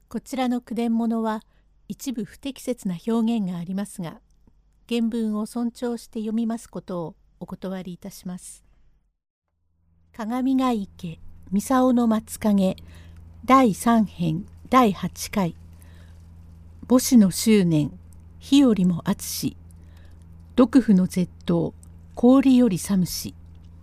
こちらの句伝物は一部不適切な表現がありますが、原文を尊重して読みますことをお断りいたします。鏡ヶ池操の松影第3編第8回母子の執念日よりも暑し毒婦の絶倒氷より寒し。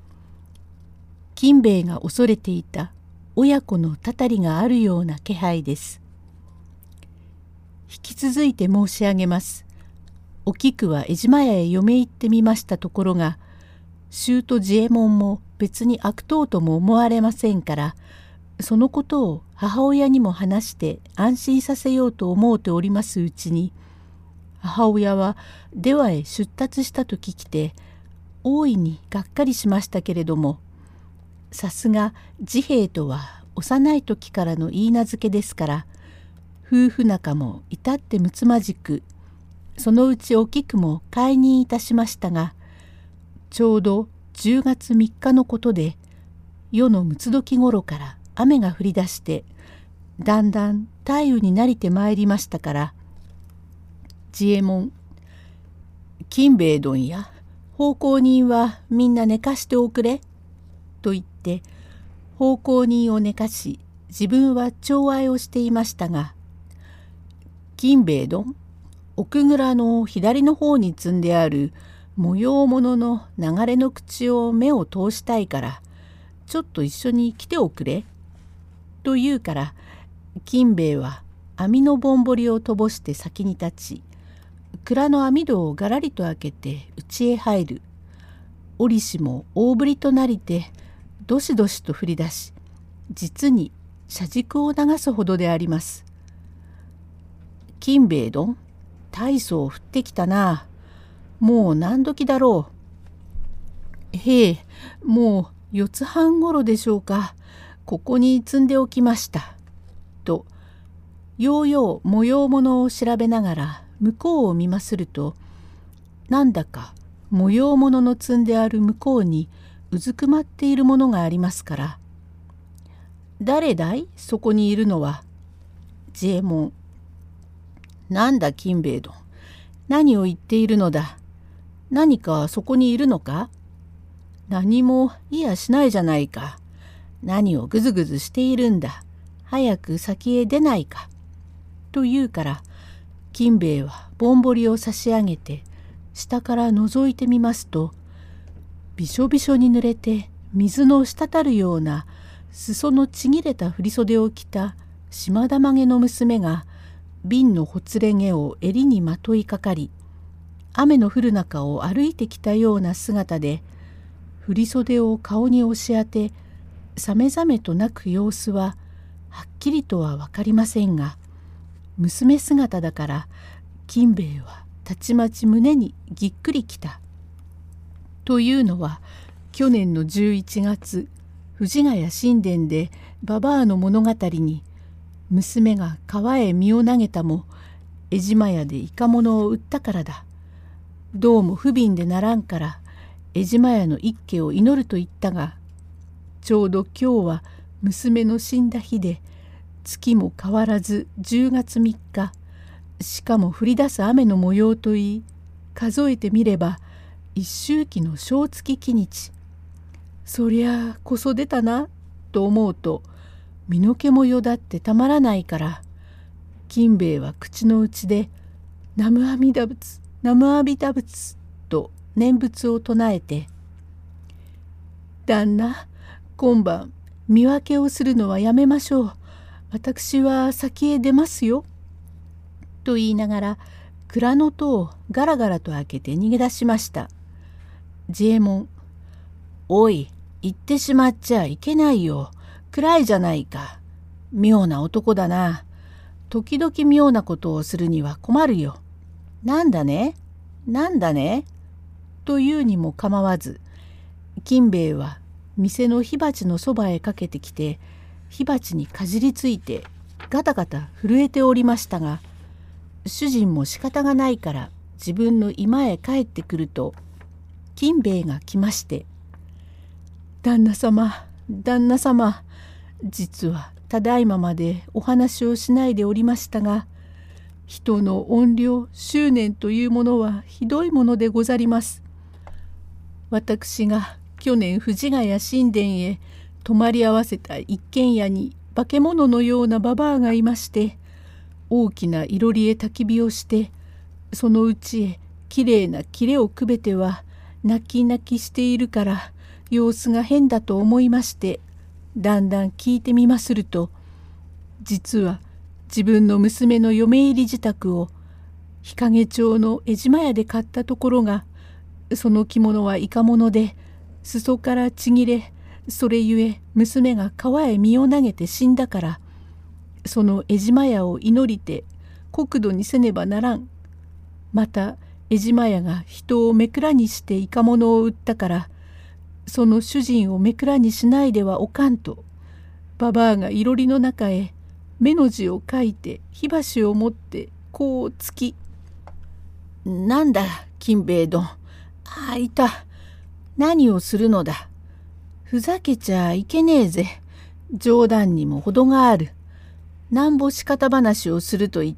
金兵衛が恐れていた親子のたたりがあるような気配です。引き続いて申し上げます。お菊は江島屋へ嫁行ってみましたところが、舅治右衛門も別に悪党とも思われませんから、そのことを母親にも話して安心させようと思うておりますうちに、母親は出羽へ出立したと聞きて、大いにがっかりしましたけれども、さすが治兵衛とは幼い時からの言い名付けですから、夫婦仲も至ってむつまじく、そのうちお菊も解任いたしましたが、ちょうど10月3日のことで、夜のむつ時ごろから雨が降り出して、だんだん大雨になりてまいりましたから、治右衛門、金兵衛どんや奉公人はみんな寝かしておくれ、と言って、奉公人を寝かし、自分は寵愛をしていましたが、金兵衛どん、奥蔵の左の方に積んである模様物の流れの口を目を通したいから、ちょっと一緒に来ておくれ。と言うから、金兵衛は網のぼんぼりを飛ばして先に立ち、蔵の網戸をがらりと開けて家へ入る。折しも大降りとなりて、どしどしと降り出し、実に車軸を流すほどであります。金兵衛どん、大層降ってきたな。もう何時だろう。へえ、もう4つ半ごろでしょうか。ここに積んでおきました。と、ようよう模様物を調べながら向こうを見ますると、なんだか模様物の積んである向こうにうずくまっているものがありますから。誰だいそこにいるのは。治右衛門。なんだ金兵衛どん、何を言っているのだ。何かそこにいるのか。何もいやしないじゃないか。何をぐずぐずしているんだ。早く先へ出ないか。と言うから、金兵衛はぼんぼりを差し上げて、下から覗いてみますと、びしょびしょに濡れて水の滴るような裾のちぎれた振袖を着た島田まげの娘が、瓶のほつれ毛を襟にまといかかり、雨の降る中を歩いてきたような姿で、振袖を顔に押し当て、さめざめと泣く様子ははっきりとは分かりませんが、娘姿だから金兵衛はたちまち胸にぎっくりきた。というのは、去年の11月、藤ヶ谷神殿でババアの物語に、娘が川へ身を投げたも江島屋でイカ物を売ったからだ。どうも不憫でならんから江島屋の一家を祈ると言ったが、ちょうど今日は娘の死んだ日で、月も変わらず10月3日、しかも降り出す雨の模様といい、数えてみれば一周忌の正月忌日。そりゃあこそ出たなと思うと、身の毛もよだってたまらないから、金兵衛は口の内で「南無阿弥陀仏南無阿弥陀仏」と念仏を唱えて「旦那、今晩見分けをするのはやめましょう。私は先へ出ますよ」と言いながら蔵の戸をガラガラと開けて逃げ出しました。治右衛門。おい、行ってしまっちゃいけないよ。暗いじゃないか。妙な男だな。時々妙なことをするには困るよ。なんだねなんだねというにも構わず、金兵衛は店の火鉢のそばへかけてきて、火鉢にかじりついてガタガタ震えておりましたが、主人も仕方がないから自分の居間へ帰ってくると、金兵衛が来まして、旦那様旦那様、 実はただいままでお話をしないでおりましたが、人の怨霊執念というものはひどいものでござります。私が去年藤ヶ谷神殿へ泊まり合わせた一軒家に化け物のようなババアがいまして、大きないろりへ焚き火をして、そのうちへきれいな切れをくべては泣き泣きしているから様子が変だと思いまして、だんだん聞いてみますると、実は自分の娘の嫁入り支度を日陰町の江島屋で買ったところが、その着物はいかもので裾からちぎれ、それゆえ娘が川へ身を投げて死んだから、その江島屋を祈りて国土にせねばならん。また江島屋が人をめくらにしていかものを売ったから、その主人をめくらにしないではおかんと、ババアがいろりの中へ目の字を書いて火箸を持ってこう突き、なんだ金兵衛殿、いた。何をするのだ。ふざけちゃいけねえぜ。冗談にも程がある。なんぼしかた話をすると言って、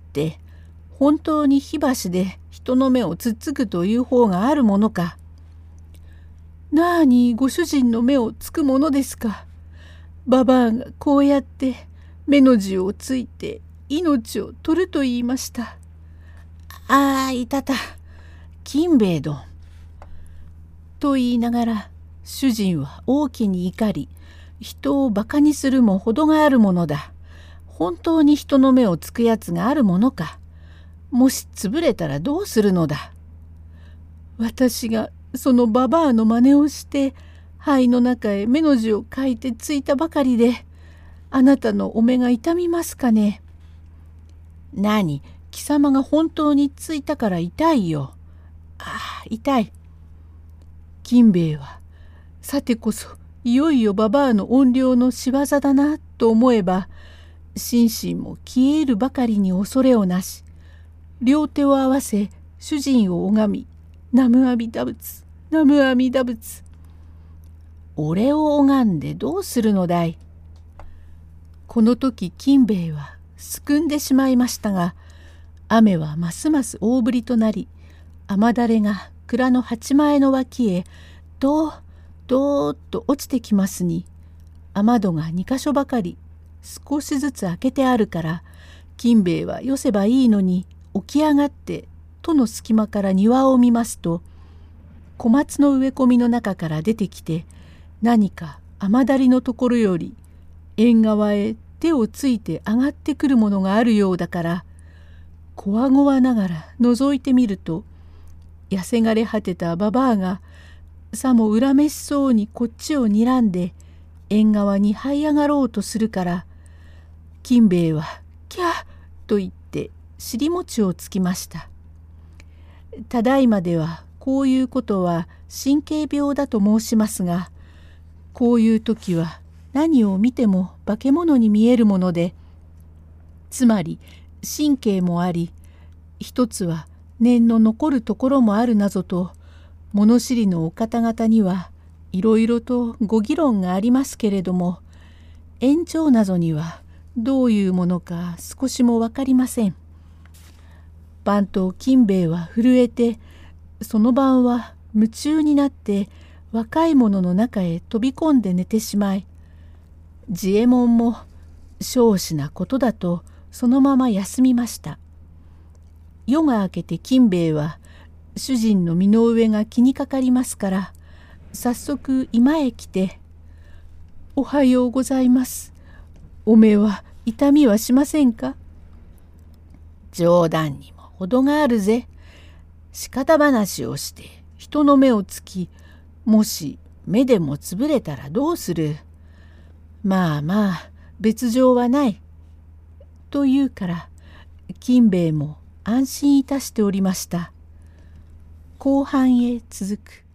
本当に火箸で人の目をつっつくという方があるものか。なあにご主人の目をつくものですか。ババアがこうやって目の字をついて命を取ると言いました。いたた。金兵衛殿。と言いながら、主人は大きに怒り、人をバカにするも程があるものだ。本当に人の目をつくやつがあるものか。もし潰れたらどうするのだ。私がそのババアの真似をして肺の中へ目の字を書いてついたばかりで、あなたのお目が痛みますかね。何、貴様が本当についたから痛いよ。痛い。金兵衛はさてこそいよいよババアの怨霊の仕業だなと思えば、心身も消えるばかりに恐れをなし、両手を合わせ主人を拝み、南無阿弥陀仏、南無阿弥陀仏。俺を拝んでどうするのだい。この時金兵衛はすくんでしまいましたが、雨はますます大降りとなり、雨だれが蔵の鉢前の脇へどーっと落ちてきますに、雨戸が2か所ばかり少しずつ開けてあるから、金兵衛はよせばいいのに起き上がって戸の隙間から庭を見ますと、小松の植え込みの中から出てきて、何か雨だりのところより縁側へ手をついて上がってくるものがあるようだから、こわごわながら覗いてみると、痩せがれ果てたババアがさも恨めしそうにこっちをにらんで縁側に這い上がろうとするから、金兵衛はキャーと言って尻餅をつきました。ただいまではこういうことは神経病だと申しますが、こういう時は何を見ても化け物に見えるもので、つまり神経もあり、一つは念の残るところもあるなぞと、物知りのお方々にはいろいろとご議論がありますけれども、延長なぞにはどういうものか少しも分かりません。番頭金兵衛は震えて、その晩は夢中になって若い者の中へ飛び込んで寝てしまい、治右衛門も少子なことだとそのまま休みました。夜が明けて金兵衛は主人の身の上が気にかかりますから、早速居間へ来て、おはようございます。お目は痛みはしませんか。冗談にも程があるぜ。しかた話をして人の目をつき、もし目でもつぶれたらどうする。まあ別状はない。と言うから金兵衛も安心いたしておりました。後半へ続く。